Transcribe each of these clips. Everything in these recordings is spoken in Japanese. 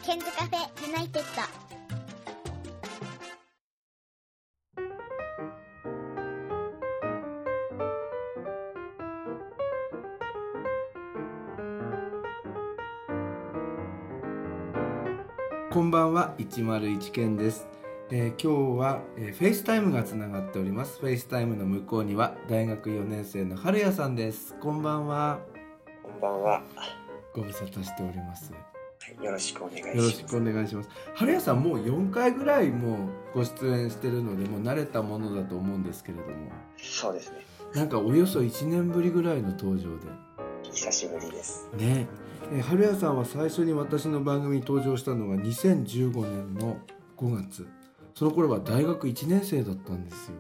ケンズカフェユナイテッド。 こんばんは、101ケンです。今日は、フェイスタイムがつながっております。フェイスタイムの向こうには大学4年生の春谷さんです。こんばんは。 こんばんは。 ご無沙汰しております。 よろしくお願いします。 よろしくお願いします。春谷さんもう4回ぐらいもうご出演してるのでもう慣れたものだと思うんですけれども。 そうですね。 なんかおよそ1年ぶりぐらいの登場で。 久しぶりですね。春谷さんは最初に私の番組に登場したのが2015年の5月。その頃は大学1年生だったんですよ。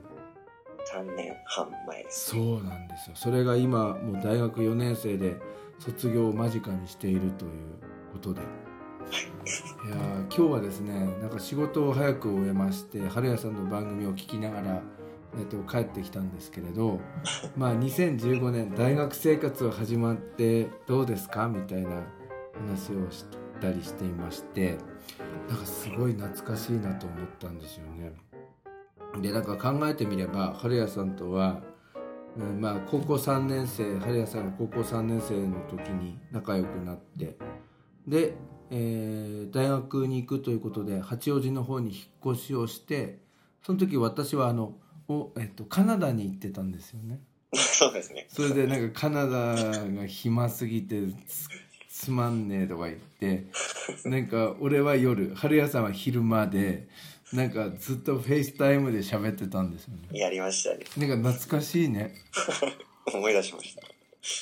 3年半前ですね。そうなんですよ。それが今もう大学4年生で卒業を間近にしているということで、いや今日はですね、なんか仕事を早く終えまして春谷さんの番組を聞きながら帰ってきたんですけれどまあ2015年大学生活を始まってどうですかみたいな話をしたりしていまして、なんかすごい懐かしいなと思ったんですよね。でなんか考えてみれば春谷さんとは、まあ高校3年生春谷さんが高校3年生の時に仲良くなって、で、大学に行くということで八王子の方に引っ越しをして、その時私はカナダに行ってたんですよね。 そうですね。 それでなんかカナダが暇すぎてつまんねえとか言って、なんか俺は夜春谷さんは昼間でなんかずっとフェイスタイムで喋ってたんですよね。 やりましたね。 なんか懐かしいね思い出しました。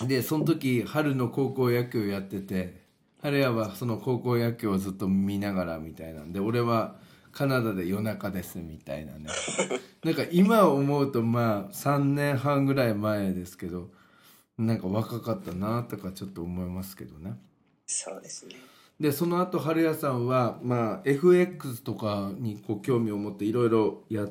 でその時春の高校野球やってて、春谷はその高校野球をずっと見ながらみたいなんで、俺はカナダで夜中ですみたいなねなんか今思うとまあ3年半ぐらい前ですけど、なんか若かったなとかちょっと思いますけどね。 そうですね。 でその後春谷さんは、まあ、FX とかにこう興味を持っていろいろやって、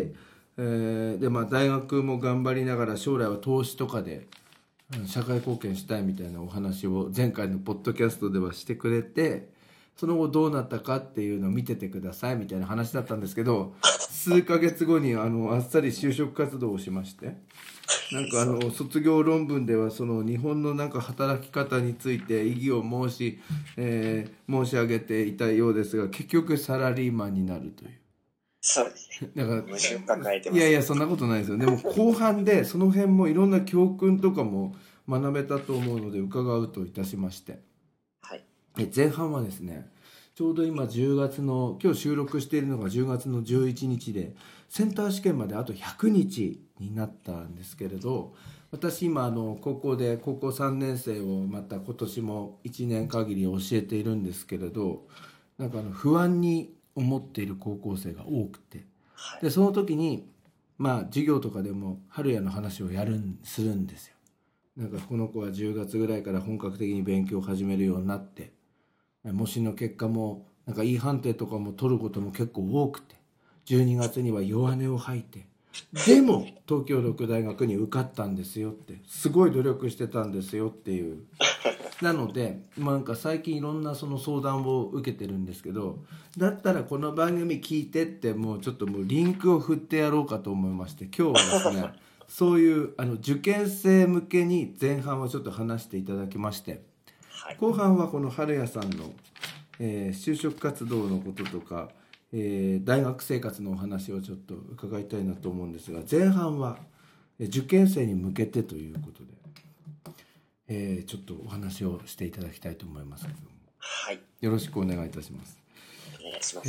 でまあ、大学も頑張りながら将来は投資とかで社会貢献したいみたいなお話を前回のポッドキャストではしてくれて、その後どうなったかっていうのを見ててくださいみたいな話だったんですけど、数ヶ月後にあっさり就職活動をしまして、なんか卒業論文ではその日本のなんか働き方について異議を申し上げていたようですが、結局サラリーマンになるという。 そうですね。だから矛盾抱えてます。 いやいやそんなことないですよ。でも後半でその辺もいろんな教訓とかも学べたと思うので伺うといたしまして、 はい、 前半はですね、ちょうど今10月の今日収録しているのが10月の11日でセンター試験まであと100日になったんですけれど、私今高校3年生をまた今年も1年限り教えているんですけれど、なんか不安に思っている高校生が多くて、でその時にまあ授業とかでも春谷の話をするんですよ。なんかこの子は10月ぐらいから本格的に勉強を始めるようになって、模試の結果もなんか E 判定とかも取ることも結構多くて、12月には弱音を吐いて、でも東京六大学に受かったんですよって、すごい努力してたんですよっていう。なので、なんか最近いろんなその相談を受けてるんですけど、だったらこの番組聞いてってもうちょっともうリンクを振ってやろうかと思いまして、今日はですねそういう受験生向けに前半はちょっと話していただきまして、後半はこの春谷さんの、就職活動のこととか、大学生活のお話をちょっと伺いたいなと思うんですが、前半は受験生に向けてということで、ちょっとお話をしていただきたいと思いますけども、 はい、 よろしくお願いいたします。 お願いします。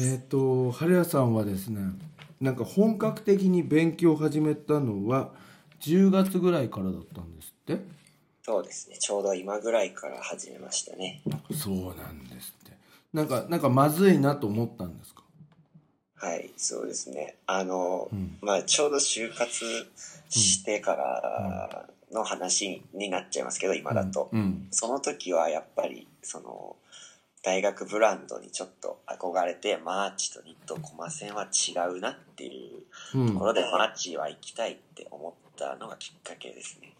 春谷さんはですね、なんか本格的に勉強を始めたのは10月ぐらいからだったんですって？ そうですね、ちょうど今ぐらいから始めましたね。 そうなんですって。なんかまずいなと思ったんですか？ はい、そうですね。まあちょうど就活してからの話になっちゃいますけど、今だと、その時はやっぱりその大学ブランドにちょっと憧れて、マーチとニットコマセンは違うなっていうところで、マーチは行きたいって思ったのがきっかけですね。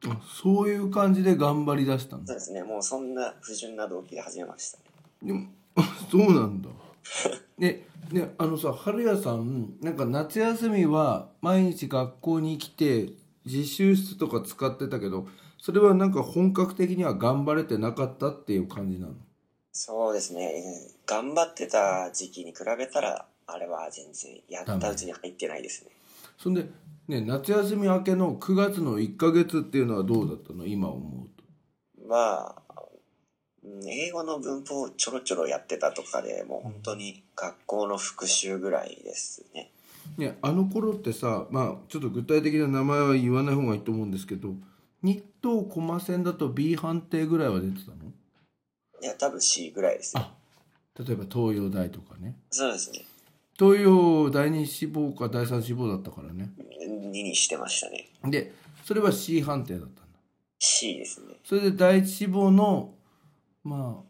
そういう感じで頑張り出したんです。 そうですね、もうそんな不純な動機で始めましたね。 でもそうなんだ。ね、春屋さん、なんか夏休みは毎日学校に来て自習室とか使ってたけど、それはなんか本格的には頑張れてなかったっていう感じなの？ そうですね。頑張ってた時期に比べたら、あれは全然やったうちに入ってないですね。 そんで、ね、夏休み明けの9月の1ヶ月っていうのはどうだったの？今思うと。 まあ、英語の文法をちょろちょろやってたとかで、もう本当に学校の復習ぐらいですね。 ね、あの頃ってさ、まあちょっと具体的な名前は言わない方がいいと思うんですけど、日東駒線だと B 判定ぐらいは出てたの？ いや、多分 C ぐらいですよ。 例えば東洋大とかね。 そうですね。 東洋第2志望か第3志望だったからね。 2にしてましたね。 で、それは C 判定だったんだ。 C ですね。 それで第一志望の法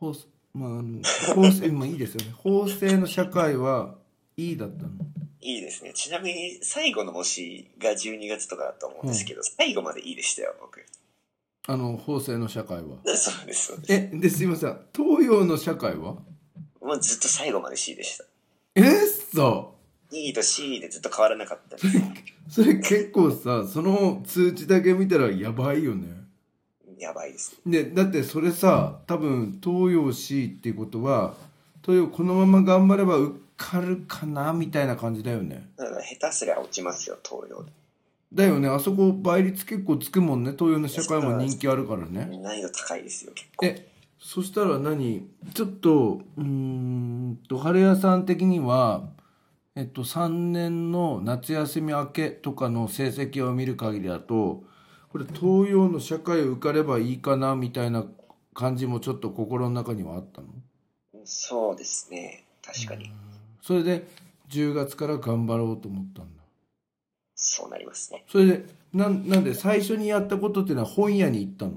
政まあいいですよね。法政の社会は E だったの？ いいですね。ちなみに最後の模試が12月とかだと思うんですけど、最後までいいでしたよ、僕。 法政の社会は。 そうです、そうです。 すいません。東洋の社会は？ もうずっと最後まで C でした。 そう。 E と C でずっと変わらなかったです。 それ結構さ、その通知だけ見たらやばいよね。 やばいです。 で、だってそれさ、多分東洋 C っていうことは、東洋このまま頑張れば受かるかなみたいな感じだよね。 だから下手すりゃ落ちますよ、東洋で。 だよね、あそこ倍率結構つくもんね。東洋の社会も人気あるからね。 難易度高いですよ、結構。 そしたらちょっと春屋さん的には3年の夏休み明けとかの成績を見る限りだと、これ東洋の社会を受かればいいかなみたいな感じもちょっと心の中にはあったの？ そうですね、確かに。 それで10月から頑張ろうと思ったんだ。 そうなりますね。 それでなんで最初にやったことっていうのは本屋に行ったの？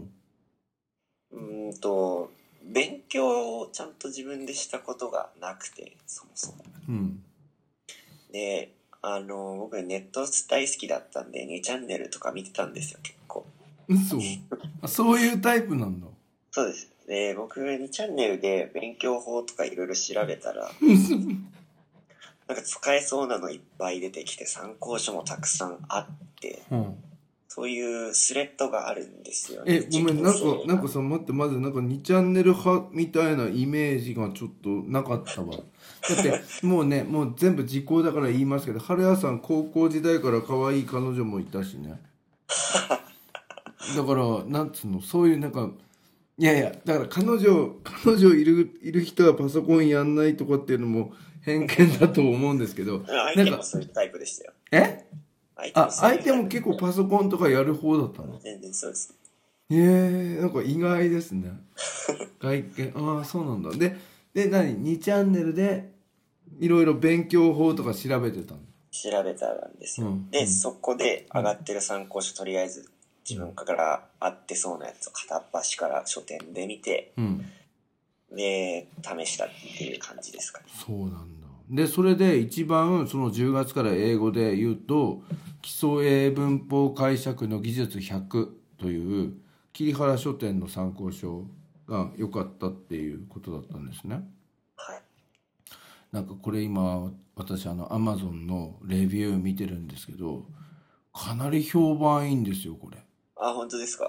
勉強をちゃんと自分でしたことがなくて、そもそも。で、僕ネット大好きだったんで、2チャンネルとか見てたんですよ、結構。 嘘？そういうタイプなんだ。 そうです。で、僕2チャンネルで勉強法とかいろいろ調べたら、なんか使えそうなのいっぱい出てきて、参考書もたくさんあって、そういうスレッドがあるんですよね。 ごめん、なんかさ、待って、まずなんか2チャンネル派みたいなイメージがちょっとなかったわ。だってもう全部時効だから言いますけど、春屋さん高校時代から可愛い彼女もいたしね。だからなんつうの、そういうなんか、いやいや、だから彼女いる人はパソコンやんないとかっていうのも偏見だと思うんですけど。 相手もそういうタイプでしたよ。 相手も結構パソコンとかやる方だったの？ 全然そうですね。なんか意外ですね。外見、そうなんだ。で2チャンネルでいろいろ勉強法とか調べてたの？ 調べたんですよ。で、そこで上がってる参考書、とりあえず自分から合ってそうなやつを片っ端から書店で見て、で、試したっていう感じですかね。 そうなんだ。で、それで一番その10月から英語で言うと、基礎英文法解釈の技術100という桐原書店の参考書が良かったっていうことだったんですね。 はい。 なんかこれ今私Amazon のレビュー見てるんですけど、かなり評判いいんですよこれ。 本当ですか？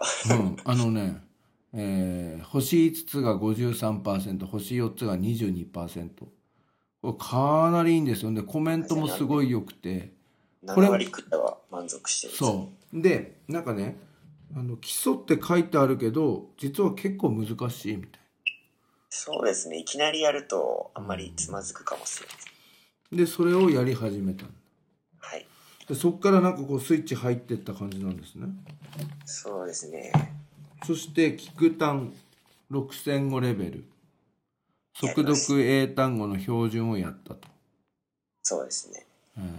星5つが 53%、星4つが 22%。これかなりいいんですよね。コメントもすごい良くて。 7割くらいは満足してる。 そう。で、なんかね、基礎って書いてあるけど、実は結構難しいみたい。 そうですね。いきなりやるとあんまりつまずくかもしれない。 で、それをやり始めた。 はい。 でそっからなんかこうスイッチ入ってった感じなんですね。 そうですね。 そしてキクタン6005レベル、速読英単語の標準をやったと。 そうですね。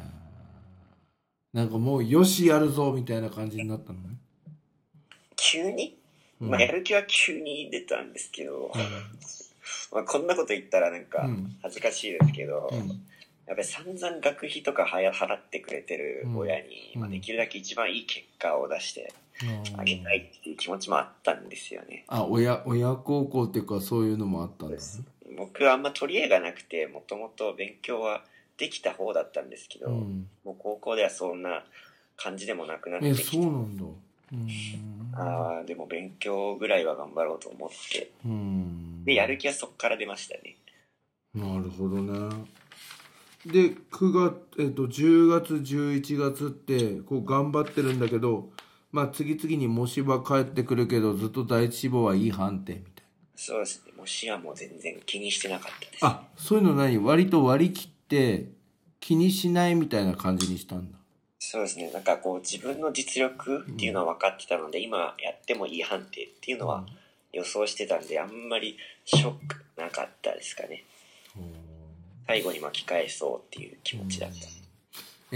なんかもうよしやるぞみたいな感じになったのね。 急に、やる気は急に出たんですけど、こんなこと言ったらなんか恥ずかしいですけど、やっぱり散々学費とか払ってくれてる親に、できるだけ一番いい結果を出してあげたいっていう気持ちもあったんですよね。 親孝行っていうかそういうのもあったんですね。 僕はあんま取り柄がなくて、もともと勉強はできた方だったんですけど、もう高校ではそんな感じでもなくなってきて。 そうなんだ。 でも勉強ぐらいは頑張ろうと思って、でやる気はそっから出ましたね。 なるほどね。で9月、10月11月ってこう頑張ってるんだけど、まあ次々に模試は返ってくるけど、ずっと第一志望はいい判定みたいな。 そうですね。模試はもう全然気にしてなかったです。 あ、そういうの割と割り切って気にしないみたいな感じにしたんだ。 そうですね。なんかこう自分の実力っていうのは分かってたので、今やってもいい判定っていうのは予想してたんで、あんまりショックなかったですかね。最後に巻き返そうっていう気持ちだった。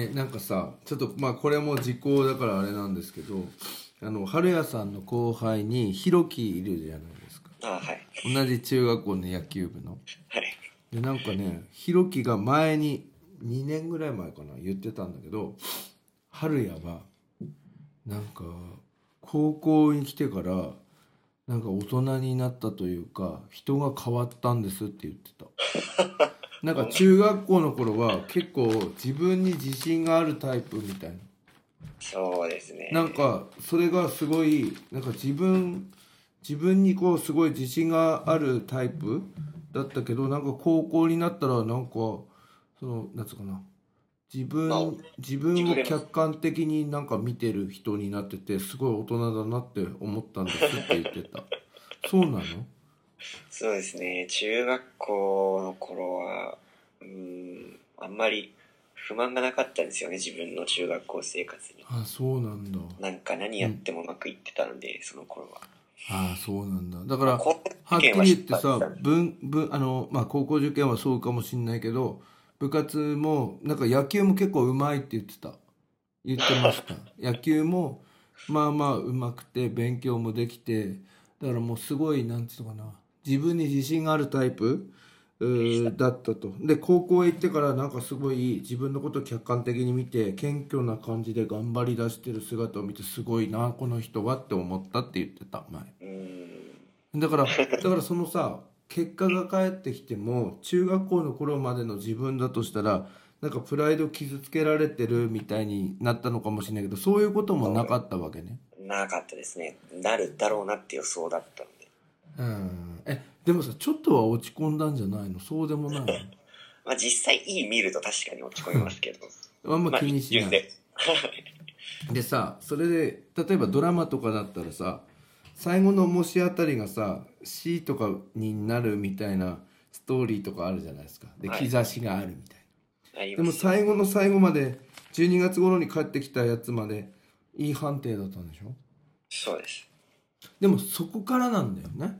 なんかさ、ちょっとまあこれも時効だからあれなんですけど、春谷さんの後輩にひろきいるじゃないですか。 はい。 同じ中学校の野球部の。 はい。 でなんかね、ひろきが前に2年ぐらい前かな言ってたんだけど、春谷はなんか高校に来てからなんか大人になったというか、人が変わったんですって言ってた。なんか中学校の頃は結構自分に自信があるタイプみたいな。 そうですね。 なんかそれがすごいなんか自分にこうすごい自信があるタイプだったけど、なんか高校になったらなんかそのなんつうかな、自分を客観的になんか見てる人になってて、すごい大人だなって思ったんですって言ってた。そうなの？ そうですね。中学校の頃はあんまり不満がなかったんですよね、自分の中学校生活に。 あ、そうなんだ。 なんか何やってもうまくいってたので、その頃は。 ああ、そうなんだ。だからはっきり言ってさ、まあ高校受験はそうかもしんないけど、部活もなんか野球も結構うまいって言ってました。野球もまあまあうまくて勉強もできて、だからもうすごいなんていうのかな、自分に自信があるタイプだったと。で高校へ行ってからなんかすごい自分のことを客観的に見て、謙虚な感じで頑張り出してる姿を見て、すごいなこの人はって思ったって言ってた前。だからそのさ、結果が返ってきても中学校の頃までの自分だとしたら、なんかプライド傷つけられてるみたいになったのかもしれないけど、そういうこともなかったわけね。 なかったですね。なるだろうなって予想だったので。でもさ、ちょっとは落ち込んだんじゃないの？そうでもないの？ まあ実際いい見ると確かに落ち込みますけどあんま気にしない。でさ、それで例えばドラマとかだったらさ、最後の模試あたりがさ C とかになるみたいなストーリーとかあるじゃないですか。で、兆しがあるみたいな、でも最後の最後まで12月頃に帰ってきたやつまでいい判定だったんでしょ？ そうです。 でもそこからなんだよね。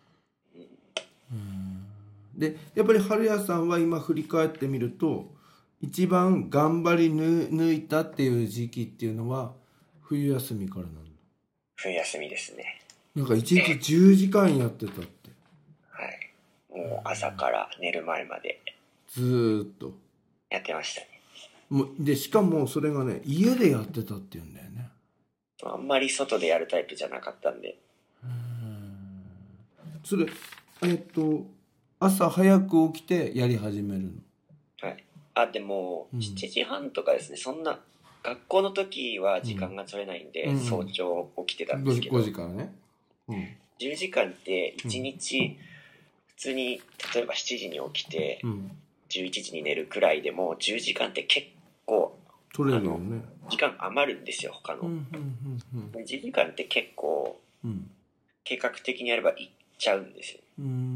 でやっぱり春谷さんは今振り返ってみると、一番頑張り抜いたっていう時期っていうのは冬休みからなんだ。 冬休みですね。 なんか1日10時間やってたって。 はい。もう朝から寝る前までずーっとやってましたね。 でしかもそれがね、家でやってたっていうんだよね。 あんまり外でやるタイプじゃなかったんで。 それ朝早く起きてやり始めるの？ はい。でも7時半とかですね。そんな学校の時は時間が取れないんで、早朝起きてたんですけど、 5時からね、 10時間って1日普通に例えば7時に起きて11時に寝るくらいでも10時間って結構取れるよね。 時間余るんですよ、他の。10時間って結構計画的にやればいっちゃうんですよ。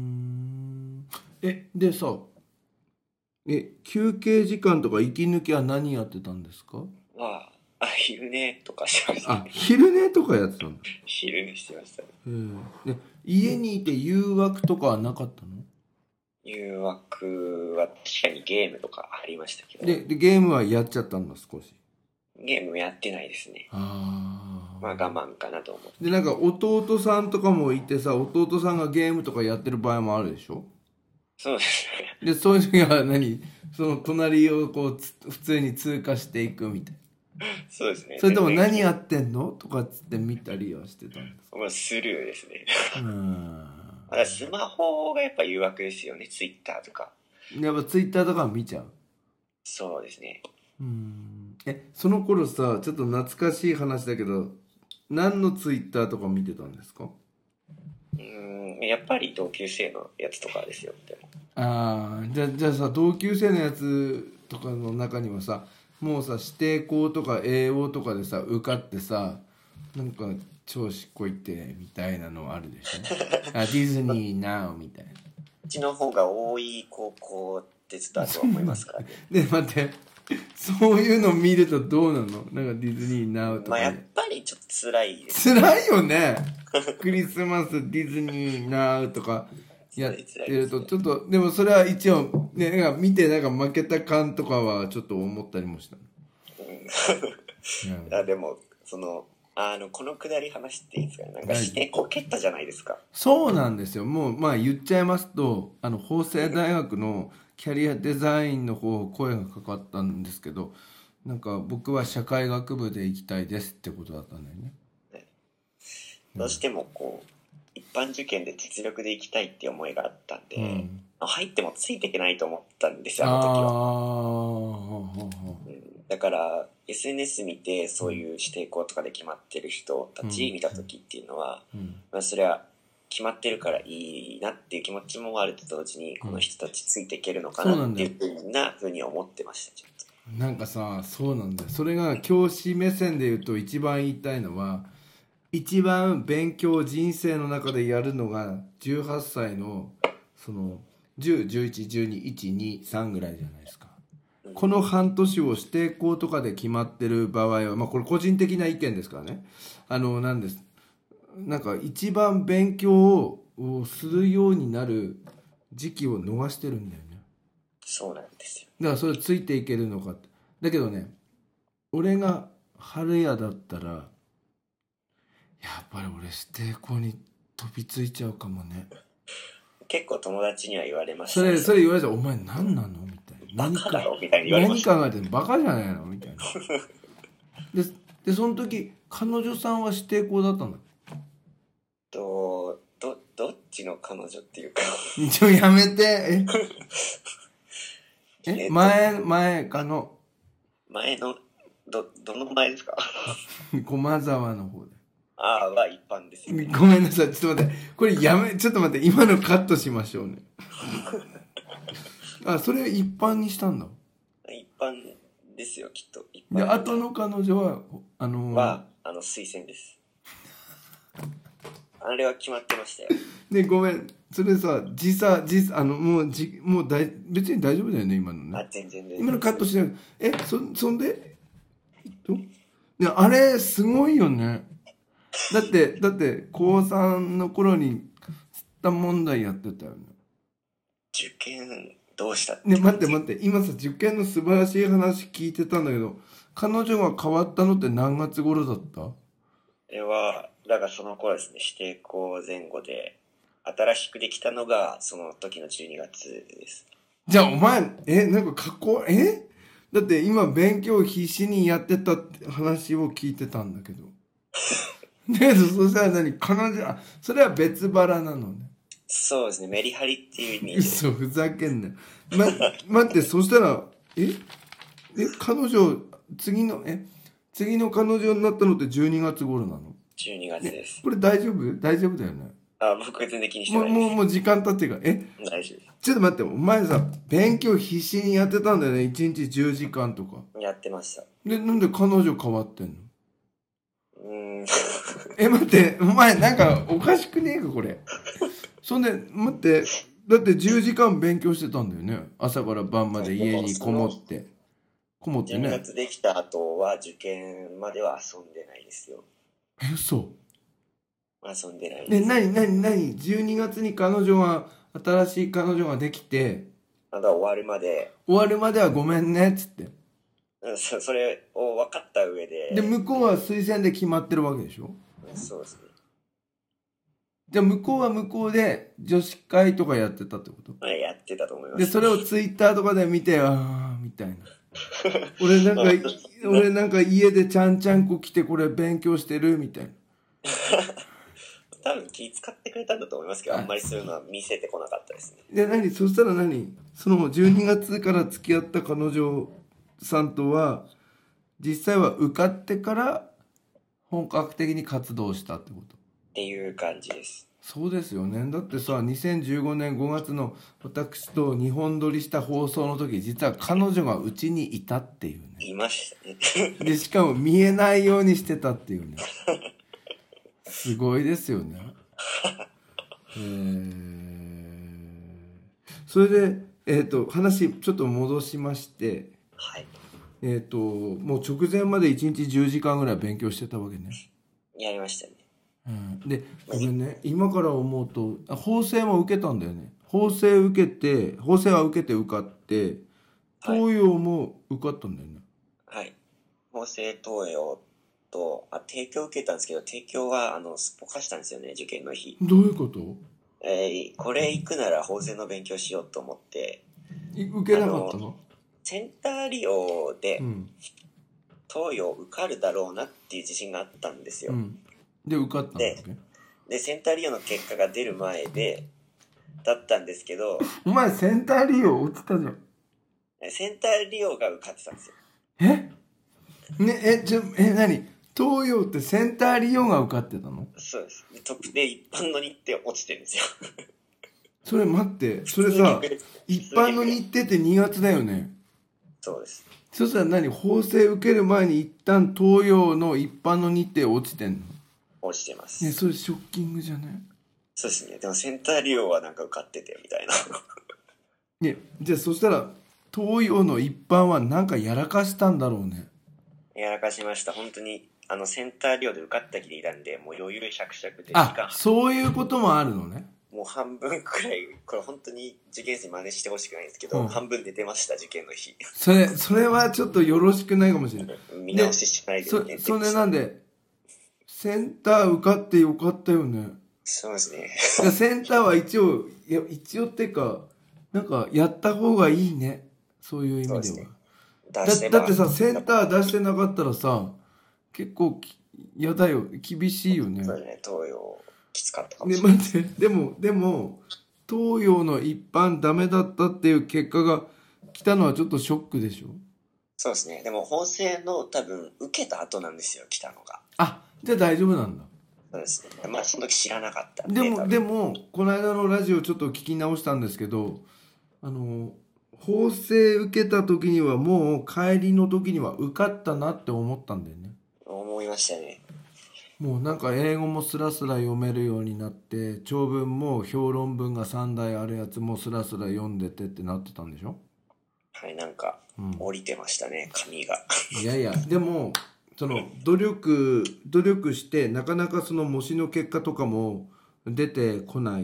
でさ、休憩時間とか息抜きは何やってたんですか？ 昼寝とかしてました。 昼寝とかやってたんだ。 昼寝してましたね。 家にいて誘惑とかはなかったの？誘惑は確かにゲームとかありましたけど。 でゲームはやっちゃったんだ、少し。 ゲームやってないですね。まあ我慢かなと思って。 でなんか弟さんとかもいてさ、弟さんがゲームとかやってる場合もあるでしょ？ そうですね。でそういう時はその隣をこう普通に通過していくみたいな。 そうですね。 それとも何やってんのとかっつって見たりはしてたんですか？ スルーですね。 スマホがやっぱ誘惑ですよね、ツイッターとか。 やっぱツイッターとか見ちゃう。 そうですね。 その頃さ、ちょっと懐かしい話だけど、何のツイッターとか見てたんですか？ やっぱり同級生のやつとかですよ。でもじゃあさ、同級生のやつとかの中にはさ、もうさ、指定校とか栄養とかでさ、受かってさ、なんか調子こいてみたいなのあるでしょ。ディズニーナウみたいな。 うちの方が多い高校でだと思いますからね。 で、待って、そういうの見るとどうなの？なんかディズニーナウとか、 やっぱりちょっと辛いです。 辛いよね。クリスマスディズニーナウとかやってるとちょっと、でもそれは一応ね、なんか見てなんか負けた感とかはちょっと思ったりもした。 でもこのくだり話していいですかね。なんか指定校蹴ったじゃないですか。 そうなんですよ。もうまあ言っちゃいますと、法政大学のキャリアデザインの方声がかかったんですけど、なんか僕は社会学部で行きたいですってことだったんだよね。 どうしても一般受験で実力で行きたいって思いがあったんで、入ってもついていけないと思ったんですよ、あの時は。だから SNS 見てそういう指定校とかで決まってる人たち見た時っていうのは、それは決まってるからいいなっていう気持ちもあると同時に、この人たちついていけるのかなっていうふうに思ってました。ちょっとなんかさ、そうなんだよ。それが教師目線で言うと一番言いたいのは、一番勉強人生の中でやるのが18歳のその10、11、12、1、2、3ぐらいじゃないですか。この半年を指定校とかで決まってる場合は、まあこれ個人的な意見ですからね。なんです。なんか一番勉強をするようになる時期を逃してるんだよね。 そうなんですよ。 だからそれついていけるのかって。だけどね、俺が春屋だったら、やっぱり俺指定校に飛びついちゃうかもね。 結構友達には言われましたね。 それ言われたら、お前何なのみたいな。 バカだろみたいに言われました。 何考えてんの？バカじゃないのみたいな。でその時彼女さんは指定校だったんだ。 どっちの彼女っていうかやめて。前かの前のどの前ですか？ 駒沢の方で。 は一般ですよね。 ごめんなさい、ちょっと待って、これちょっと待って、今のカットしましょうね。それ一般にしたんだ。 一般ですよ、きっと。 で、後の彼女は推薦です。あれは決まってましたよ。 で、ごめん、それさ、もう別に大丈夫だよね、今のね。 全然今のカットしない。そんで、あれすごいよね。だって高3の頃に吸った問題やってたよね。 受験どうしたってね、待って今さ、受験の素晴らしい話聞いてたんだけど、彼女が変わったのって何月頃だった？ だからその頃ですね、指定校前後で新しくできたのがその時の12月です。 じゃあお前なんかだって今勉強必死にやってたって話を聞いてたんだけどそしたら彼女それは別腹なのね。 そうですね、メリハリっていう意味で。 嘘、ふざけんなよ。待って、そしたら彼女次の彼女になったのって12月頃なの ？12月です。 これ大丈夫だよね？ 僕は全然気にしてないです。 もう時間経ってるから大丈夫です。 ちょっと待って、お前さ勉強必死にやってたんだよね。1日10時間とかやってました。 で、なんで彼女変わってんの？待って、お前なんかおかしくねえかこれ。そんで待って、だって10時間勉強してたんだよね。朝から晩まで家にこもってね。 12月できた後は受験までは遊んでないですよ。 嘘。 遊んでないです。 何12月に新しい彼女ができて、 まだ終わるまではごめんねっつって。 それを分かった上で。 で、向こうは推薦で決まってるわけでしょ？ そうですね。 じゃあ向こうは向こうで女子会とかやってたってこと？ やってたと思います。 で、それをツイッターとかで見て、みたいな。俺なんか家でちゃんちゃんこ来てこれ勉強してるみたいな。 多分気使ってくれたんだと思いますけど、あんまりそういうのは見せてこなかったですね。 で、そしたらその12月から付き合った彼女さんとは実際は受かってから本格的に活動したってこと？ っていう感じです。 そうですよね。だってさ、2015年5月の私と2本撮りした放送の時、実は彼女がうちにいたっていうね。 いましたね。 で、しかも見えないようにしてたっていうね。すごいですよね。それで、話ちょっと戻しまして、 はい。 もう直前まで1日10時間ぐらい勉強してたわけね。 やりましたね。 で、ごめんね、今から思うと法政も受けたんだよね。法政は受けて受かって、東洋も受かったんだよね。 はい。法政東洋と提供受けたんですけど、提供はすっぽかしたんですよね、受験の日。 どういうこと？ これ行くなら法政の勉強しようと思って受けなかったの？ センター利用で、東洋受かるだろうなっていう自信があったんですよ。 で受かったんだっけ？ でセンター利用の結果が出る前だったんですけど、 お前センター利用落ちたじゃん。 センター利用が受かってたんですよ。 何？東洋ってセンター利用が受かってたの？ そうです。で一般の日程落ちてるんですよ。 それ待って、それさ、一般の日程って2月だよね。 そうです。 そしたら法政受ける前に一旦東洋の一般の日程落ちてんの？ 落ちてます。 ね、それショッキングじゃない？ そうですね。でもセンター利用はなんか受かっててみたいな。 ね、じゃあそしたら東洋の一般はなんかやらかしたんだろうね。 やらかしました。本当にセンター利用で受かった気でいたんで、もう余裕しゃくしゃくでそういうこともあるのね。 もう半分くらい、これ本当に受験生に真似してほしくないんですけど、半分寝てました、受験の日。 それはちょっとよろしくないかもしれない。 見直ししないでね。それなんでセンター受かってよかったよね。 そうですね。 センターは一応っていうか、なんかやった方がいいね。そういう意味では。だってさ、センター出してなかったらさ、結構やだよ、厳しいよね。 そうね、東洋きつかったかもしれない。 待って、でも東洋の一般ダメだったっていう結果が来たのはちょっとショックでしょ？ そうですね。でも法政の多分受けた後なんですよ、来たのが。 じゃあ大丈夫なんだ。 そうですね。まあその時知らなかったんで。でもこの間のラジオちょっと聞き直したんですけど、法政受けた時にはもう帰りの時には受かったなって思ったんだよね。 思いましたね。 もうなんか英語もスラスラ読めるようになって、長文も評論文が3題あるやつもスラスラ読んでてってなってたんでしょ？ はい、なんか降りてましたね、紙が。 いやでもその努力してなかなかその模試の結果とかも出てこない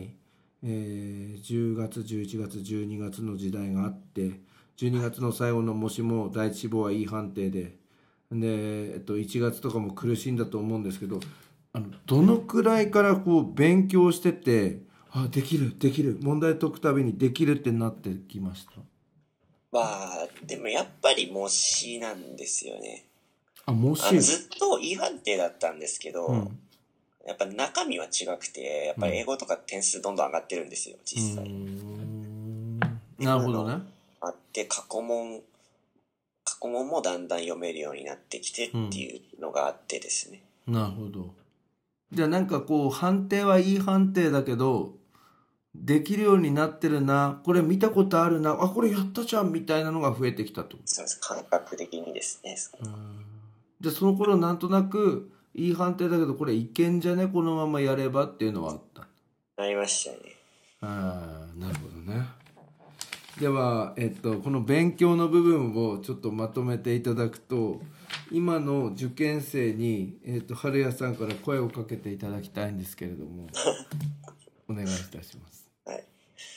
、10月11月12月の時代があって、12月の最後の模試も第一志望はいい判定で、1月とかも苦しいんだと思うんですけど、どのくらいからこう勉強してて、できる問題解くたびにできるってなってきました？ まあでもやっぱり模試なんですよね。 模試ずっといい判定だったんですけど、やっぱ中身は違くて、やっぱり英語とか点数どんどん上がってるんですよ、実際。 なるほどね。 あって過去問もだんだん読めるようになってきてっていうのがあってですね。 なるほど。じゃあなんかこう判定はいい判定だけどできるようになってるな、これ見たことあるな、これやったじゃんみたいなのが増えてきたと。 そうです、感覚的にですね。 じゃあその頃なんとなくいい判定だけどこれいけんじゃね、このままやればっていうのはあった？ ありましたね。 なるほどね。では、この勉強の部分をちょっとまとめていただくと、今の受験生に、春谷さんから声をかけていただきたいんですけれどもお願いいたします。 はい。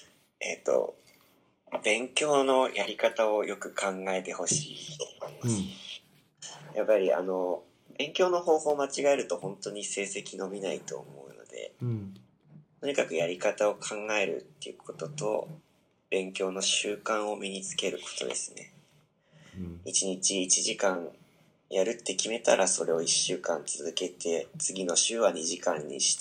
勉強のやり方をよく考えてほしいと思います。やっぱり勉強の方法を間違えると本当に成績伸びないと思うので、とにかくやり方を考えるっていうことと、勉強の習慣を身につけることですね。1日1時間やるって決めたらそれを1週間続けて、次の週は2時間にしてって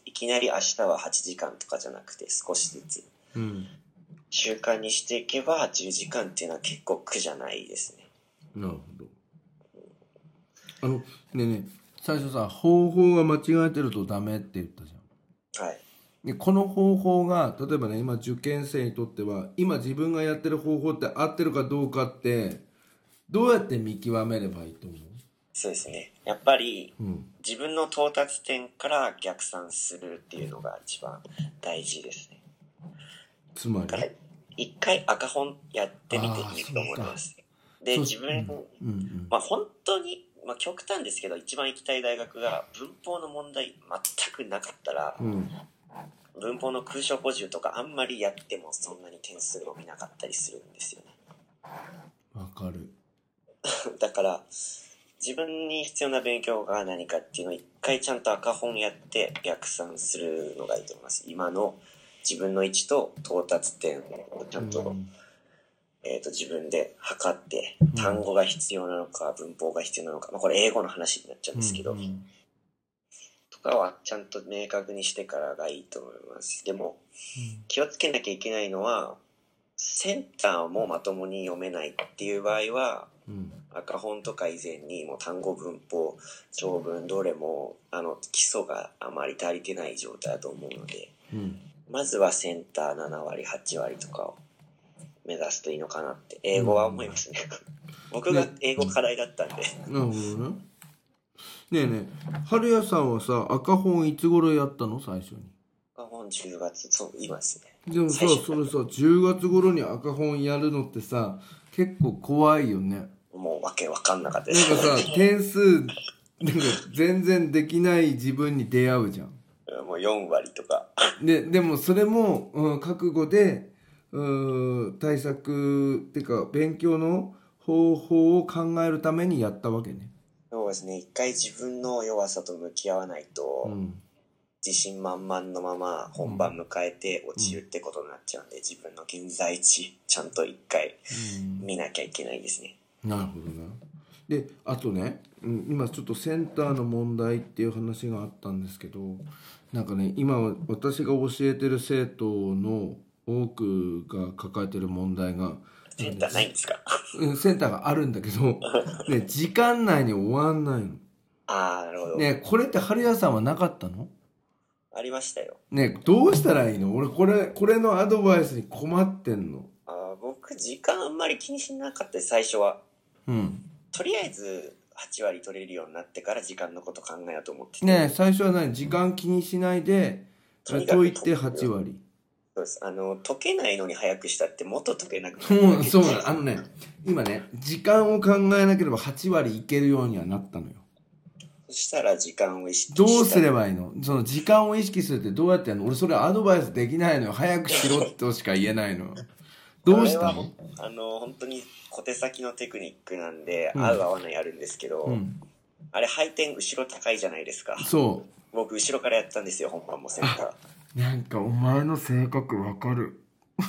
いきなり明日は8時間とかじゃなくて少しずつ習慣にしていけば10時間っていうのは結構苦じゃないですね。 なるほど。ねえねえ、最初さ、方法が間違えてるとダメって言ったじゃん。 はい。 でこの方法が例えばね、今受験生にとっては今自分がやってる方法って合ってるかどうかってどうやって見極めればいいと思う？ そうですね。やっぱり、自分の到達点から逆算するっていうのが一番大事ですね。 つまり一回赤本やってみていいと思います。で、自分、本当に、極端ですけど、一番行きたい大学が文法の問題全くなかったら、文法の空所補充とかあんまりやってもそんなに点数伸びなかったりするんですよね。 わかる。 だから自分に必要な勉強が何かっていうのを一回ちゃんと赤本やって逆算するのがいいと思います。今の自分の位置と到達点をちゃんと、自分で測って単語が必要なのか文法が必要なのか、これ英語の話になっちゃうんですけど、とかはちゃんと明確にしてからがいいと思います。でも、気をつけなきゃいけないのはセンターもまともに読めないっていう場合は、赤本とか以前にもう単語文法長文どれも基礎があまり足りてない状態だと思うので、まずはセンター7割8割とかを目指すといいのかなって英語は思いますね。僕が英語課題だったんで。なるほどね。ねえねえ、春谷さんはさ、赤本いつ頃やったの？最初に。 赤本10月、そう言いますね。 でもさ、それさ、10月頃に赤本やるのってさ、結構怖いよね。 もうわけわかんなかったです。 なんかさ、点数なんか全然できない自分に出会うじゃん。 もう4割とか。 でもそれも、覚悟で対策っていうか勉強の方法を考えるためにやったわけね。 そうですね。一回自分の弱さと向き合わないと、自信満々のまま本番迎えて落ちるってことになっちゃうんで、自分の現在地ちゃんと一回見なきゃいけないですね。 なるほどな。で、あとね、今ちょっとセンターの問題っていう話があったんですけど、なんかね、今私が教えてる生徒の多くが抱えてる問題が、 センターないんですか？ センターがあるんだけど、ね、時間内に終わんないの。 ああ、なるほど。 ね、これって春谷さんはなかったの？ ありましたよ。 ね、どうしたらいいの？俺これのアドバイスに困ってんの。 僕時間あんまり気にしなかったです、最初は。とりあえず8割取れるようになってから時間のこと考えようと思ってて。 ね、最初は何？時間気にしないで解いて8割。 そうです。解けないのに早くしたってもっと解けなくなる。 そうなの。今ね、時間を考えなければ8割いけるようにはなったのよ。 そしたら時間を意識どうすればいいの？その時間を意識するってどうやってやるの？俺それアドバイスできないのよ。早くしろとしか言えないの。どうしたの？ 本当に小手先のテクニックなんで、合う合わないあるんですけど、あれ配点後ろ高いじゃないですか。そう。僕後ろからやったんですよ、本番もセンター。 なんかお前の性格わかる。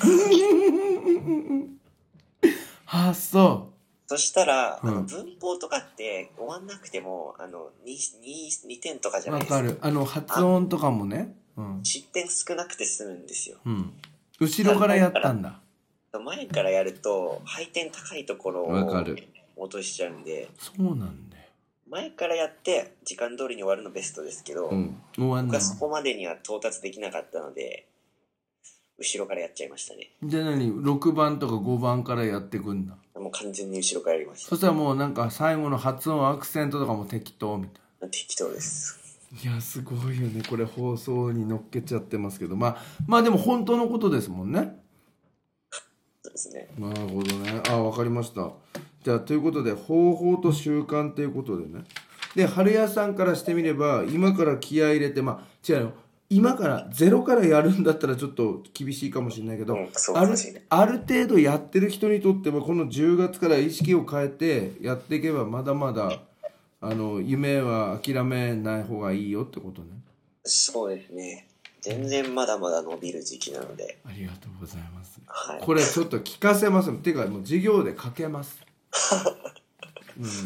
そう。 そしたら、文法とかって終わんなくても2点とかじゃないですか。 わかる。発音とかもね、 失点少なくて済むんですよ。 後ろからやったんだ。 前からやると配点高いところを落としちゃうんで。 そうなんだよ。 前からやって時間通りに終わるのベストですけど、僕はそこまでには到達できなかったので後ろからやっちゃいましたね。 じゃあ6番とか5番からやってくんだ？ もう完全に後ろからやりました。 そしたらもうなんか最後の発音アクセントとかも適当みたいな。適当です。 いやすごいよね。これ放送に乗っけちゃってますけど、まあでも本当のことですもんね。 そうですね。 なるほどね。わかりました。じゃあということで方法と習慣ということでね。で春谷さんからしてみれば今から気合い入れて違うよ。今からゼロからやるんだったらちょっと厳しいかもしれないけど、ある程度やってる人にとってはこの10月から意識を変えてやっていけばまだまだ夢は諦めない方がいいよってことね。 そうですね。全然まだまだ伸びる時期なので。 ありがとうございます。 はい、 これちょっと聞かせます。てかもう授業でかけます。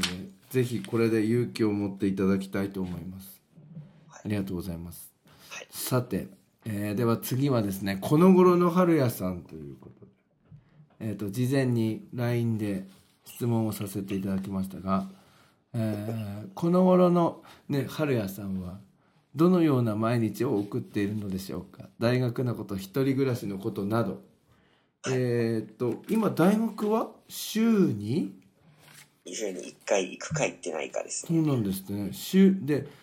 ぜひこれで勇気を持っていただきたいと思います。ありがとうございます。 さて、では次はですね、この頃の春屋さんということで、事前に LINE で質問をさせていただきましたが、この頃の、ね、春屋さんはどのような毎日を送っているのでしょうか。大学のこと、一人暮らしのことなど。今大学は週に 1回行くか行ってないかですね。 そうなんですね。週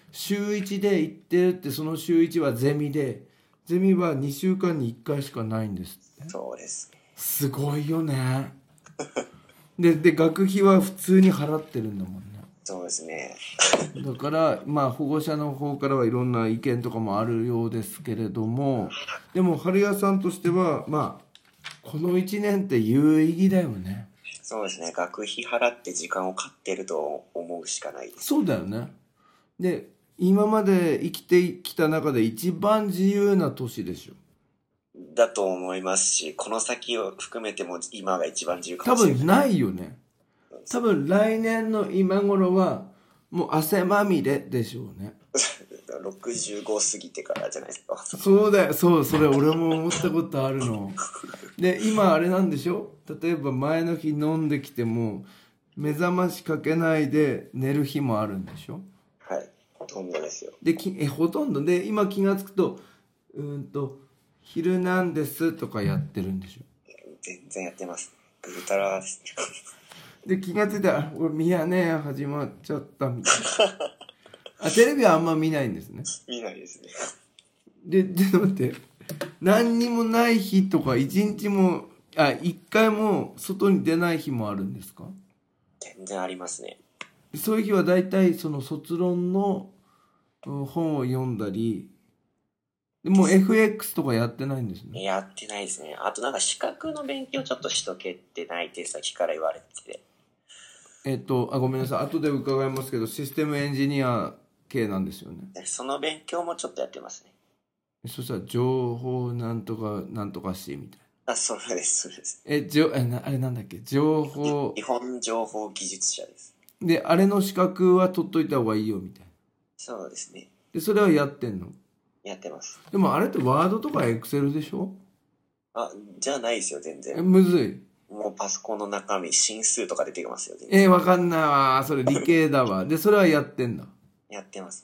1で行ってるって、その週1はゼミで、ゼミは2週間に1回しかないんですって。 そうですね。 すごいよね。で学費は普通に払ってるんだもんね。 そうですね。 だからまあ保護者の方からはいろんな意見とかもあるようですけれども、でも春屋さんとしてはまあこの1年って有意義だよね。 そうですね。学費払って時間を買ってると思うしかないです。 そうだよね。で今まで生きてきた中で一番自由な年でしょ。 だと思いますし、この先を含めても今が一番自由か多もしれない。 分ないよね。多分来年の今頃はもう汗まみれでしょうね。 65過ぎてからじゃないですか。 そうだよ。そう、それ俺も思ったことあるの。で今あれなんでしょ。例えば前の日飲んできても目覚ましかけないで寝る日もあるんでしょ。 はい、ほとんどですよ。 でほとんどで今気がつくとヒルナンデスとかやってるんでしょ。 全然やってます。グータラーですで気がついたら俺ミヤネ屋始まっちゃったみたいな。テレビはあんま見ないんですね。 見ないですね。 で待って何にもない日とか一日も一回も外に出ない日もあるんですか。 全然ありますね。 そういう日はだいたいその卒論の本を読んだり、でもう FX とかやってないんですね。 やってないですね。あとなんか資格の勉強ちょっとしとけって内定先から言われてて。 ごめんなさい。後で伺いますけど、システムエンジニア系なんですよね。 その勉強もちょっとやってますね。 そしたら情報なんとかなんとかしみたいな。 そうです、そうです。 あれなんだっけ、情報。 日本情報技術者です。 で、あれの資格は取っといた方がいいよみたいな。 そうですね。 で、それはやってんの？ やってます。 でもあれってワードとかエクセルでしょ？ じゃないですよ、全然。 むずい。 もうパソコンの中身、進数とか出てきますよ。 わかんないわ。それ理系だわ。で、それはやってんだ。 やってます。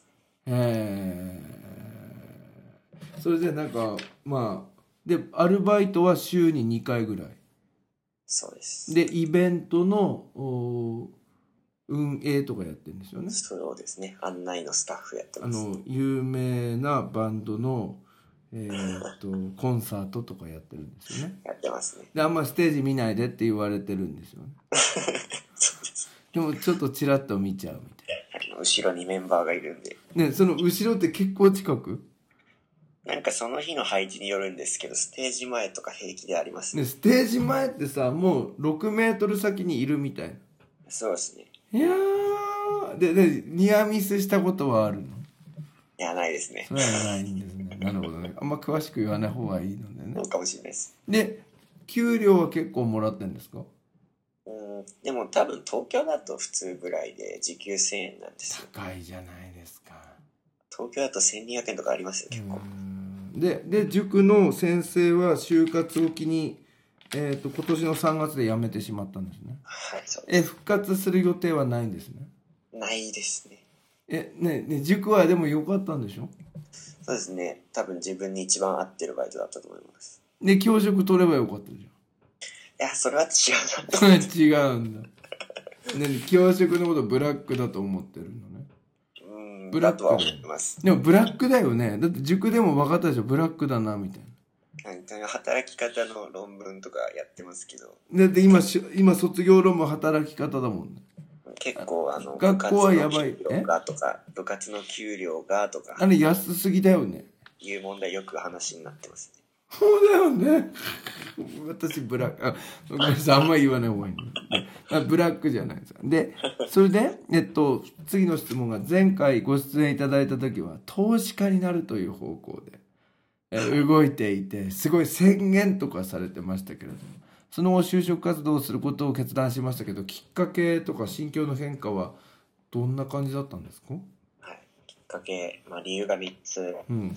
それでなんか、まあ、で、アルバイトは週に2回ぐらい。 そうです。 で、イベントの運営とかやってるんですよね。 そうですね。案内のスタッフやってます。 有名なバンドの、コンサートとかやってるんですよね。 やってますね。 で、あんまステージ見ないでって言われてるんですよね。 そうです。 でもちょっとチラッと見ちゃうみたいな。後ろにメンバーがいるんで。 ね、その後ろって結構近く？ なんかその日の配置によるんですけど、ステージ前とか平気でありますね。ステージ前ってさ、もう6メートル先にいるみたいな。 そうですね。 いやー、でニアミスしたことはあるの？ いや、ないですね。 それはないんですね。なるほどね。あんま詳しく言わない方がいいのでね。 そうかもしれないです。 で、給料は結構もらってんですか？ でも多分東京だと普通ぐらいで時給1000円なんですよ。 高いじゃないですか。 東京だと1200円とかありますよ、結構。 で塾の先生は就活を機に、今年の3月で辞めてしまったんですね。 はい、そうです。 復活する予定はないんですね。 ないですね。 ね、塾はでも良かったんでしょ？ そうですね。多分自分に一番合ってるバイトだったと思います。 で、教職取ればよかったじゃん。 いや、それは違うなと思って。 違うんだ。ね、教職のことブラックだと思ってるのね。 ブラックだとは思います。 でもブラックだよね。だって塾でも分かったでしょ、ブラックだなみたいな。 なんか働き方の論文とかやってますけど。 だって今卒業論文働き方だもんね。 結構学校はやばい。 部活の給料がとか。 あれ安すぎだよね。 いう問題よく話になってますね。 そうだよね。私ブラック、ごめんなさい、あんまり言わない方がいいの。ブラックじゃないですか。で、それで、次の質問が、前回ご出演いただいた時は、投資家になるという方向で、動いていて、すごい宣言とかされてましたけれども、その後就職活動をすることを決断しましたけど、きっかけとか心境の変化はどんな感じだったんですか？ はい、きっかけ、理由が3つ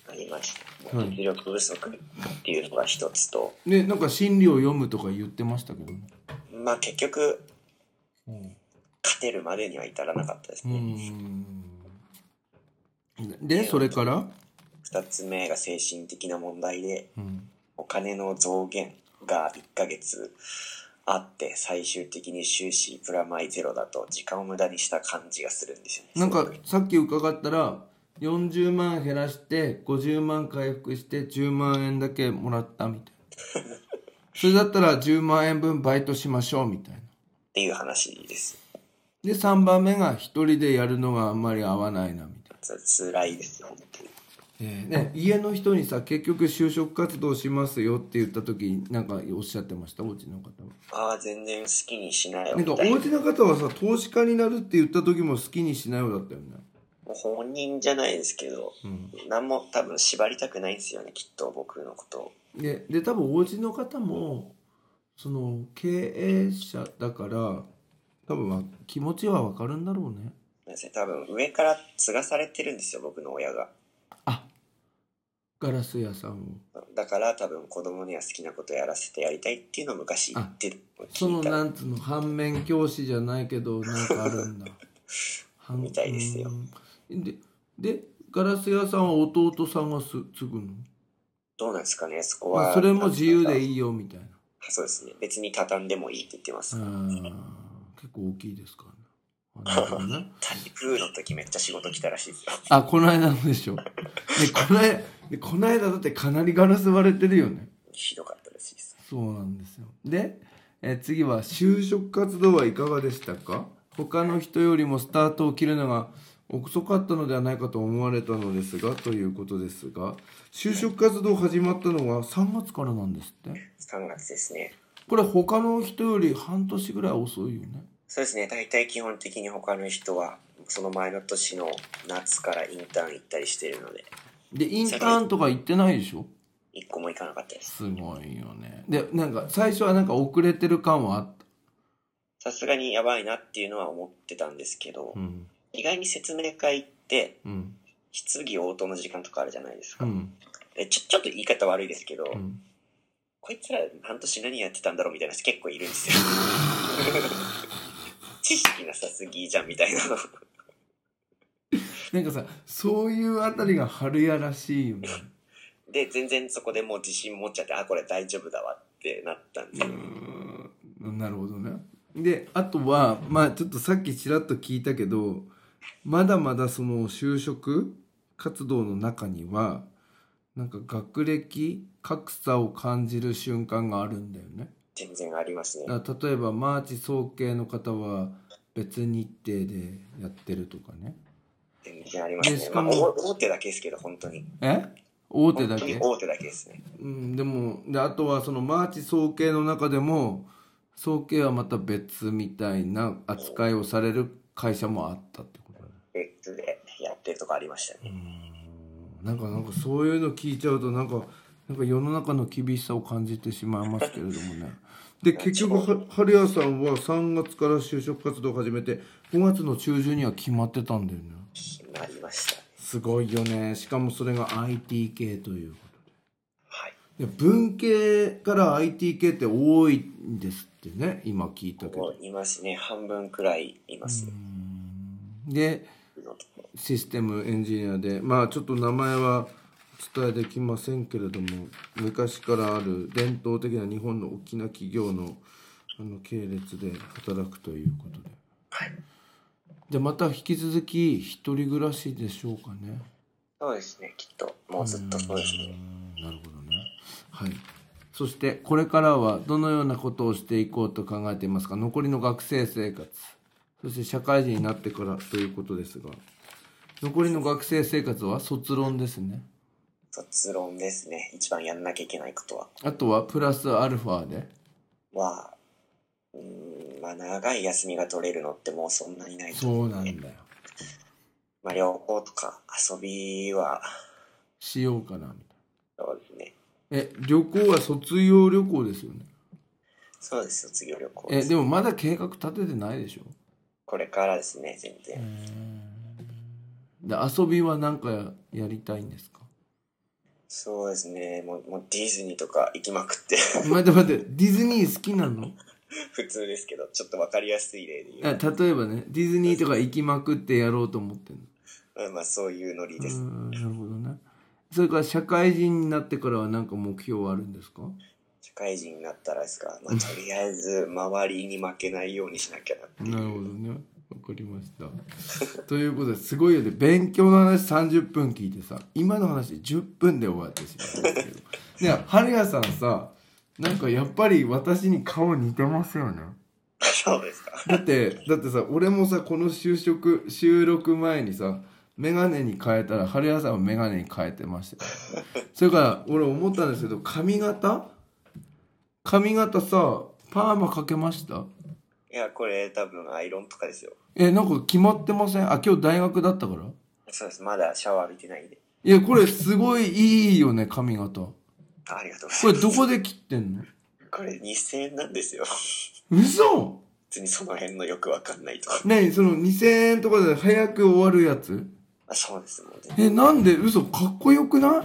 ありました。実力不足っていうのが一つと、 でなんか心理を読むとか言ってましたけどね。 まあ結局、勝てるまでには至らなかったですね。 でそれから 2つ目が精神的な問題で、お金の増減が1ヶ月あって最終的に収支プラマイゼロだと時間を無駄にした感じがするんですよね。 なんかさっき伺ったら40万減らして50万回復して10万円だけもらったみたいなそれだったら10万円分バイトしましょうみたいなっていう話です。 で3番目が一人でやるのがあんまり合わないなみたいな。 辛いですよ本当に。 ね、家の人にさ結局就職活動しますよって言った時なんかおっしゃってましたお家の方は。 ああ全然好きにしないよなんかお家の方はさ投資家になるって言った時も好きにしないようだったよね。 もう本人じゃないですけど、何も多分縛りたくないんですよねきっと僕のことを。 で多分お家の方もその経営者だから多分気持ちは分かるんだろうね。 多分上から継がされてるんですよ僕の親が。 ガラス屋さんを。 だから多分子供には好きなことやらせてやりたいっていうのを昔言ってる。 そのなんつうの反面教師じゃないけどなんかあるんだみたいですよ。 でガラス屋さんは弟さんが継ぐの？ どうなんですかねそこは。 それも自由でいいよみたいな。 そうですね別に畳んでもいいって言ってます。 結構大きいですからね。 台風の時めっちゃ仕事来たらしいですよ。 この間のでしょ。この間だってかなりガラス割れてるよね。 ひどかったらしいです。 そうなんですよ。で、次は就職活動はいかがでしたか？他の人よりもスタートを切るのが遅かったのではないかと思われたのですがということですが、就職活動始まったのは3月からなんですって。 3月ですね。 これ他の人より半年ぐらい遅いよね。 そうですね大体基本的に他の人はその前の年の夏からインターン行ったりしてるので。 でインターンとか行ってないでしょ ？1個も行かなかったです。 すごいよね。でなんか最初はなんか遅れてる感はあった？ さすがにやばいなっていうのは思ってたんですけど、意外に説明会って、質疑応答の時間とかあるじゃないですか。ちょっと言い方悪いですけど、こいつら半年何やってたんだろうみたいな人結構いるんですよ。知識なさすぎじゃんみたいな。 なんかさそういうあたりが春やらしいよね。 で全然そこでもう自信持っちゃってこれ大丈夫だわってなったんですよ。 なるほどね。であとはちょっとさっきちらっと聞いたけどまだまだその就職活動の中にはなんか学歴格差を感じる瞬間があるんだよね。 全然ありますね。 例えばマーチ早慶の方は別日程でやってるとかね。 全然ありますね。しかも大手だけですけど本当に。 大手だけ？ 大手だけですね。 であとはそのマーチ早慶の中でも早慶はまた別みたいな扱いをされる会社もあったってことね。 別でやってるとこありましたね。 なんかそういうの聞いちゃうとなんか世の中の厳しさを感じてしまいますけれどもね。で結局春谷さんは3月から就職活動を始めて5月の中旬には決まってたんだよね。 決まりましたね。 すごいよね。しかもそれが IT 系ということで。 はい。 いや文系から IT 系って多いんですってね今聞いたけど。 いますね。半分くらいいますね。 でシステムエンジニアでちょっと名前はお伝えできませんけれども昔からある伝統的な日本の大きな企業の系列で働くということで、 はい、 でまた引き続き一人暮らしでしょうかね。 そうですねきっともうずっとそうですね。 なるほどね。はい。そしてこれからはどのようなことをしていこうと考えていますか？残りの学生生活そして社会人になってからということですが残りの学生生活は卒論ですね。 卒論ですね一番やんなきゃいけないことは。 あとはプラスアルファで長い休みが取れるのってもうそんなにないと思う。 そうなんだよ。 旅行とか遊びはしようかなみたいな。 そうですね。 旅行は卒業旅行ですよね。 そうです卒業旅行です。 でもまだ計画立ててないでしょ？ これからですね全然。 で遊びは何かやりたいんですか？ そうですね。もうディズニーとか行きまくって待って待って、ディズニー好きなの？ 普通ですけど、ちょっとわかりやすい例で言う。 例えばね、ディズニーとか行きまくってやろうと思ってんの？ まあそういうノリです。 なるほどね。それから社会人になってからは何か目標はあるんですか？ 社会人になったらですか、まあ、とりあえず周りに負けないようにしなきゃなっていう。 なるほどね。わかりました。ということですごいよね。勉強の話30分聞いてさ、今の話10分で終わってしまうんですけど。ね、春谷さんさ、なんかやっぱり私に顔似てますよね。 そうですか。 だってさ、俺もさ、この収録前にさ、メガネに変えたら、春谷さんはメガネに変えてましたよ。それから俺思ったんですけど、髪型さ、パーマかけました？ いや、これ多分アイロンとかですよ。 なんか決まってません？今日大学だったから？ そうです。まだシャワー浴びてないんで。 いや、これすごいいいよね、髪型。 ありがとうございます。 これどこで切ってんの？ これ2000円なんですよ。 嘘？ 別にその辺のよくわかんないとか。 ね、その2000円とかで早く終わるやつ？ そうですもんね。 なんで？嘘？かっこよくない？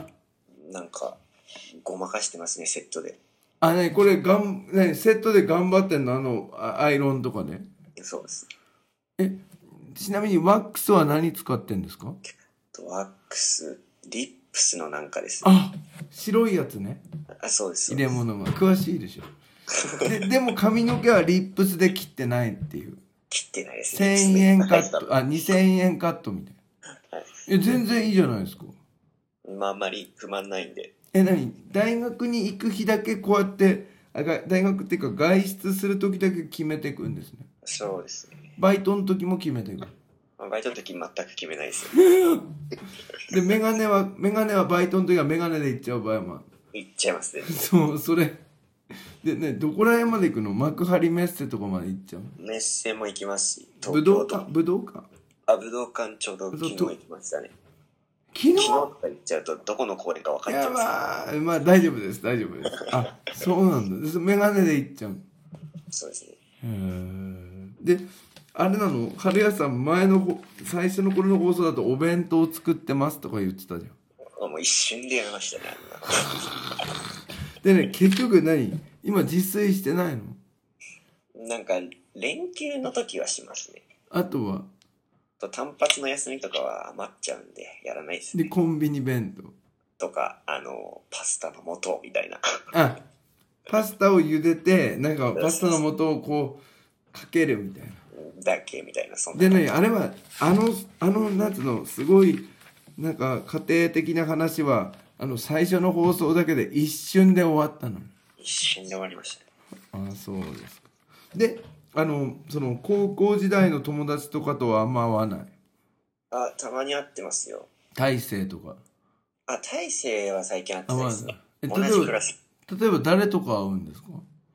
なんか、ごまかしてますね、セットで。 これセットで頑張ってんの？アイロンとかで。 そうです。 ちなみにワックスは何使ってんですか？ ワックス、リップスのなんかです。 白いやつね。 そうです。 入れ物が詳しいでしょ。でも髪の毛はリップスで切ってないっていう。 切ってないですね。 1000円カット、2000円カットみたいな。はい、全然いいじゃないですか。 まああんまり不満ないんで。 大学に行く日だけこうやって大学っていうか外出する時だけ決めていくんですね。 そうですね。 バイトの時も決めていく？ バイトの時全く決めないですよ。 でメガネはバイトの時はメガネで行っちゃう場合もある？ 行っちゃいますね。 そう、それでね、どこら辺まで行くの？幕張メッセとかまで行っちゃう？ メッセも行きますし、 武道館武道館ちょうど昨日行きましたね。昨日とか行っちゃうとどこの公園か分かっちゃいます。 まあ大丈夫です。そうなんだ。メガネで行っちゃう？ そうですね。 で、あれなの？春谷さん最初の頃の放送だとお弁当を作ってますとか言ってたじゃん。 もう一瞬でやめましたね。 でね、結局今自炊してないの？ なんか連休の時はしますね。 あとは単発の休みとかは余っちゃうんでやらないですね。 でコンビニ弁当とかパスタの素みたいな。 パスタを茹でてなんかパスタの素をこうかけるみたいなだけみたいな。そんなでね、あれはなんつうの、すごいなんか家庭的な話は最初の放送だけで一瞬で終わったの。 一瞬で終わりましたね。 そうですか。でその高校時代の友達とかとはあんま会わない？ たまに会ってますよ。 大勢とか？ 大勢は最近会ってないですね。同じクラス。 例えば誰とか会うんですか？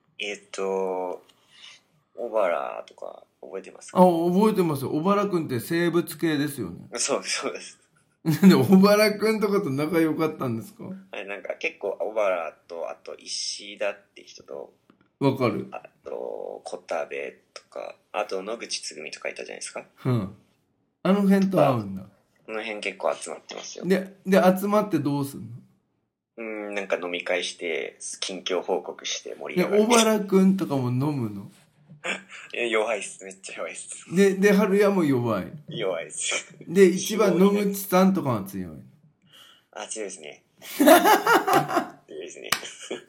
小原とか覚えてますか？ 覚えてますよ。小原くんって生物系ですよね。 そうです。 で小原くんとかと仲良かったんですか？ なんか結構小原とあと石田って人とわかる。 あと小田部とかあと野口つぐみとかいたじゃないですか。 あの辺と会うんだ。 この辺結構集まってますよ。 で集まってどうすんの？ なんか飲み会して近況報告して盛り上がる。 小原くんとかも飲むの？ 弱いっす。めっちゃ弱いっす。 で春谷も弱い？ 弱いっす。 で一番野口さんとかは強い？ 強いですね。強いですね。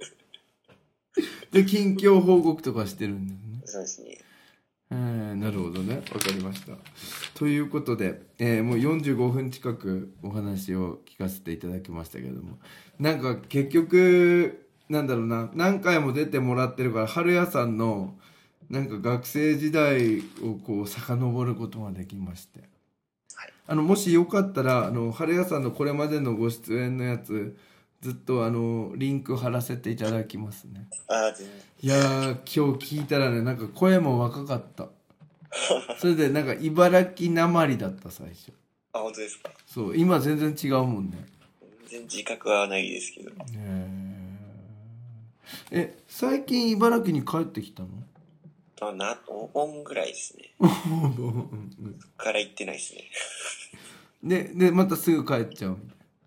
で近況報告とかしてるんだよね。 そうですね。 なるほどね。わかりました。ということで、もう45分近くお話を聞かせていただきましたけれども、なんか結局なんだろうな、何回も出てもらってるから春谷さんのなんか学生時代をこう遡ることができまして、はい、もしよかったら春谷さんのこれまでのご出演のやつずっとリンク貼らせていただきますね。 全然。 いやー今日聞いたらね、なんか声も若かったそれでなんか茨城なまりだった最初。 本当ですか？ そう、今全然違うもんね。 全然自覚はないですけど。 最近茨城に帰ってきたの？ お盆ぐらいですね。 そっから行ってないですね。 でまたすぐ帰っちゃう。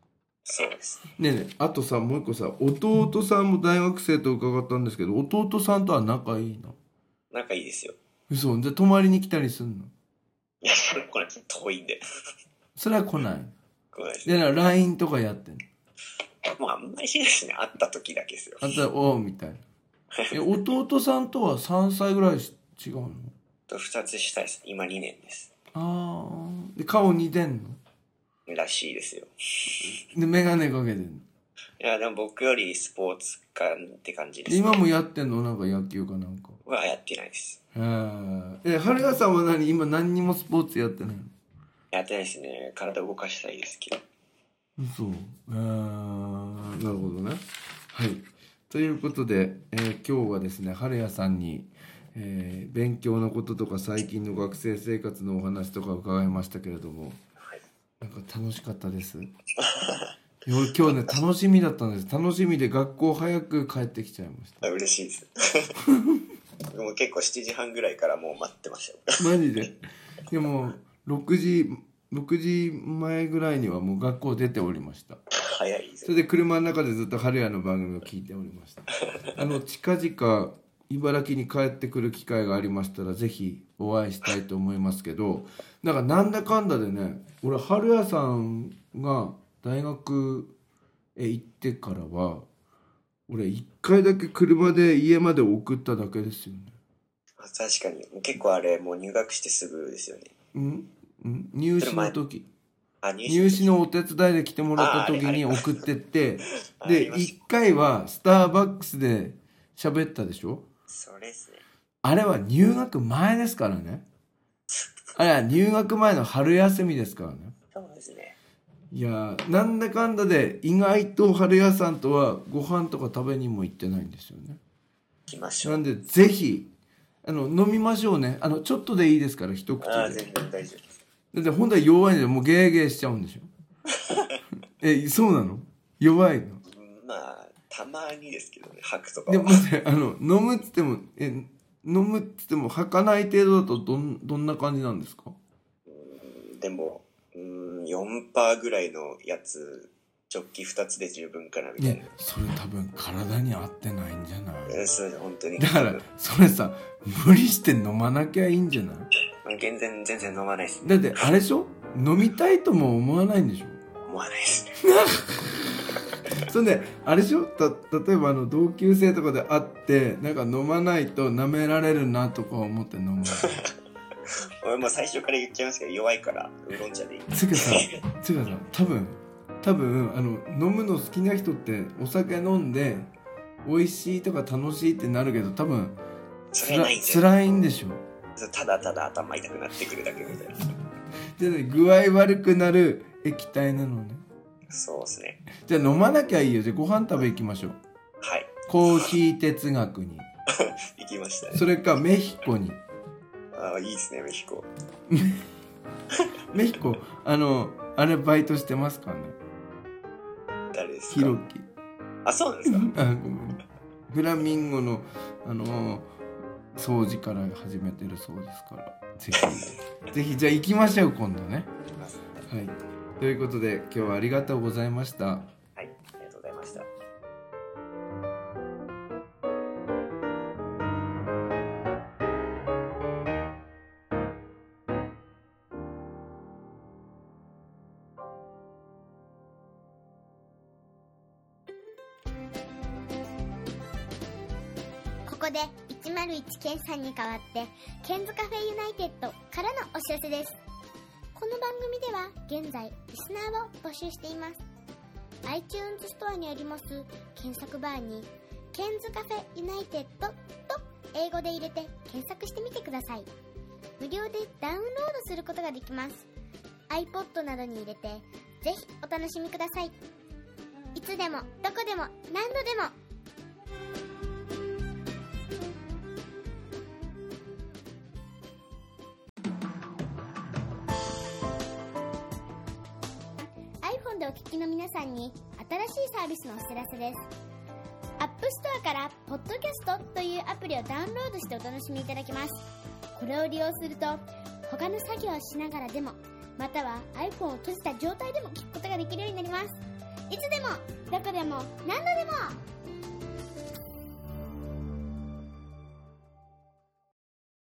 そうですねえねえ、あとさ、もう一個さ、弟さんも大学生と伺ったんですけど、弟さんとは仲いいの？ 仲いいですよ。 嘘？じゃあ泊まりに来たりすんの？ いや、それこれ遠いんで。 それは来ない。 来ないですで、 ね。 LINE とかやってんの？ もうあんまりしないですね。会った時だけですよ。 あとは、おうみたいな。弟さんとは3歳ぐらい違うの？ と2つ下です。今2年です。 ああ。で、顔似てんの？ らしいですよ。 で、メガネかけてんの？ いや、でも僕よりスポーツ感って感じです、 で今もやってんの？なんか野球かなんか。 はやってないです。 春屋さんは今何にもスポーツやってないの？ やってないですね。体動かしたいですけど。 嘘。なるほどね。はい。ということで、今日はですね、春屋さんに、勉強のこととか最近の学生生活のお話とか伺いましたけれども、 はい、 なんか楽しかったです。今日ね、楽しみだったんです。楽しみで学校早く帰ってきちゃいました。 嬉しいです。もう結構7時半ぐらいからもう待ってましたよ。マジで。でも6時前ぐらいにはもう学校出ておりました。 早いです。 それで車の中でずっと春屋の番組を聞いておりました。近々茨城に帰ってくる機会がありましたらぜひお会いしたいと思いますけど、なんだかんだでね、俺春屋さんが大学へ行ってからは俺1回だけ車で家まで送っただけですよね。 確かに結構あれもう入学してすぐですよね。 入試の時、入試のお手伝いで来てもらった時に送ってってで1回はスターバックスで喋ったでしょ。 それですね。 あれは入学前ですからね。あれは入学前の春休みですからね。 そうですね。 いやなんだかんだで意外と春屋さんとはご飯とか食べにも行ってないんですよね。 行きましょう。 なんでぜひ飲みましょうね。ちょっとでいいですから一口で。 全然大丈夫です。 だって本当は弱いのでもうゲーゲーしちゃうんでしょ。そうなの？弱いの？ まあたまにですけどね、吐くとかは。でも飲むっつっても飲むっつっても吐かない程度だとどんな感じなんですか？ でも4% ぐらいのやつジョッキ2つで十分かなみたいな、 それ多分体に合ってないんじゃない？ それ本当にだからそれさ無理して飲まなきゃいいんじゃない？ 全然飲まないです、 ね、だってあれでしょ、飲みたいとも思わないんでしょ？ 思わないですね。 それであれでしょ、例えば同級生とかで会って飲まないと舐められるなとか思って飲む。 俺も最初から言っちゃいますけど弱いからウーロン茶でいい。 つうかさ多分飲むの好きな人ってお酒飲んで美味しいとか楽しいってなるけど多分辛いんでしょ。 ただ頭痛くなってくるだけみたいな。 で、ね、具合悪くなる液体なのね。 そうですね。 じゃあ飲まなきゃいいよ。じゃあご飯食べ行きましょう。 はい。 コーヒー哲学に行きましたね。 それかメヒコに。 いいですね、メヒコ。 メヒコあれバイトしてますかね？ 誰ですか？ ヒロキ。 そうなんですか？ ごめん。フラミンゴの掃除から始めてるそうですから、ぜひじゃあ行きましょう今度ね。はい。ということで今日はありがとうございました。 はい、ありがとうございました。 ここで101ケンさんに代わってケンズカフェユナイテッドからのお知らせです。この番組では現在リスナーを募集しています。 iTunes ストアにあります検索バーにケンズカフェユナイテッドと英語で入れて検索してみてください。無料でダウンロードすることができます。 iPod などに入れてぜひお楽しみください。いつでもどこでも何度でもでお聞きの皆さんに新しいサービスのお知らせです。アップストアからポッドキャストというアプリをダウンロードしてお楽しみいただけます。これを利用すると他の作業をしながらでもまたは iPhone を閉じた状態でも聞くことができるようになります。 いつでもどこでも何度でも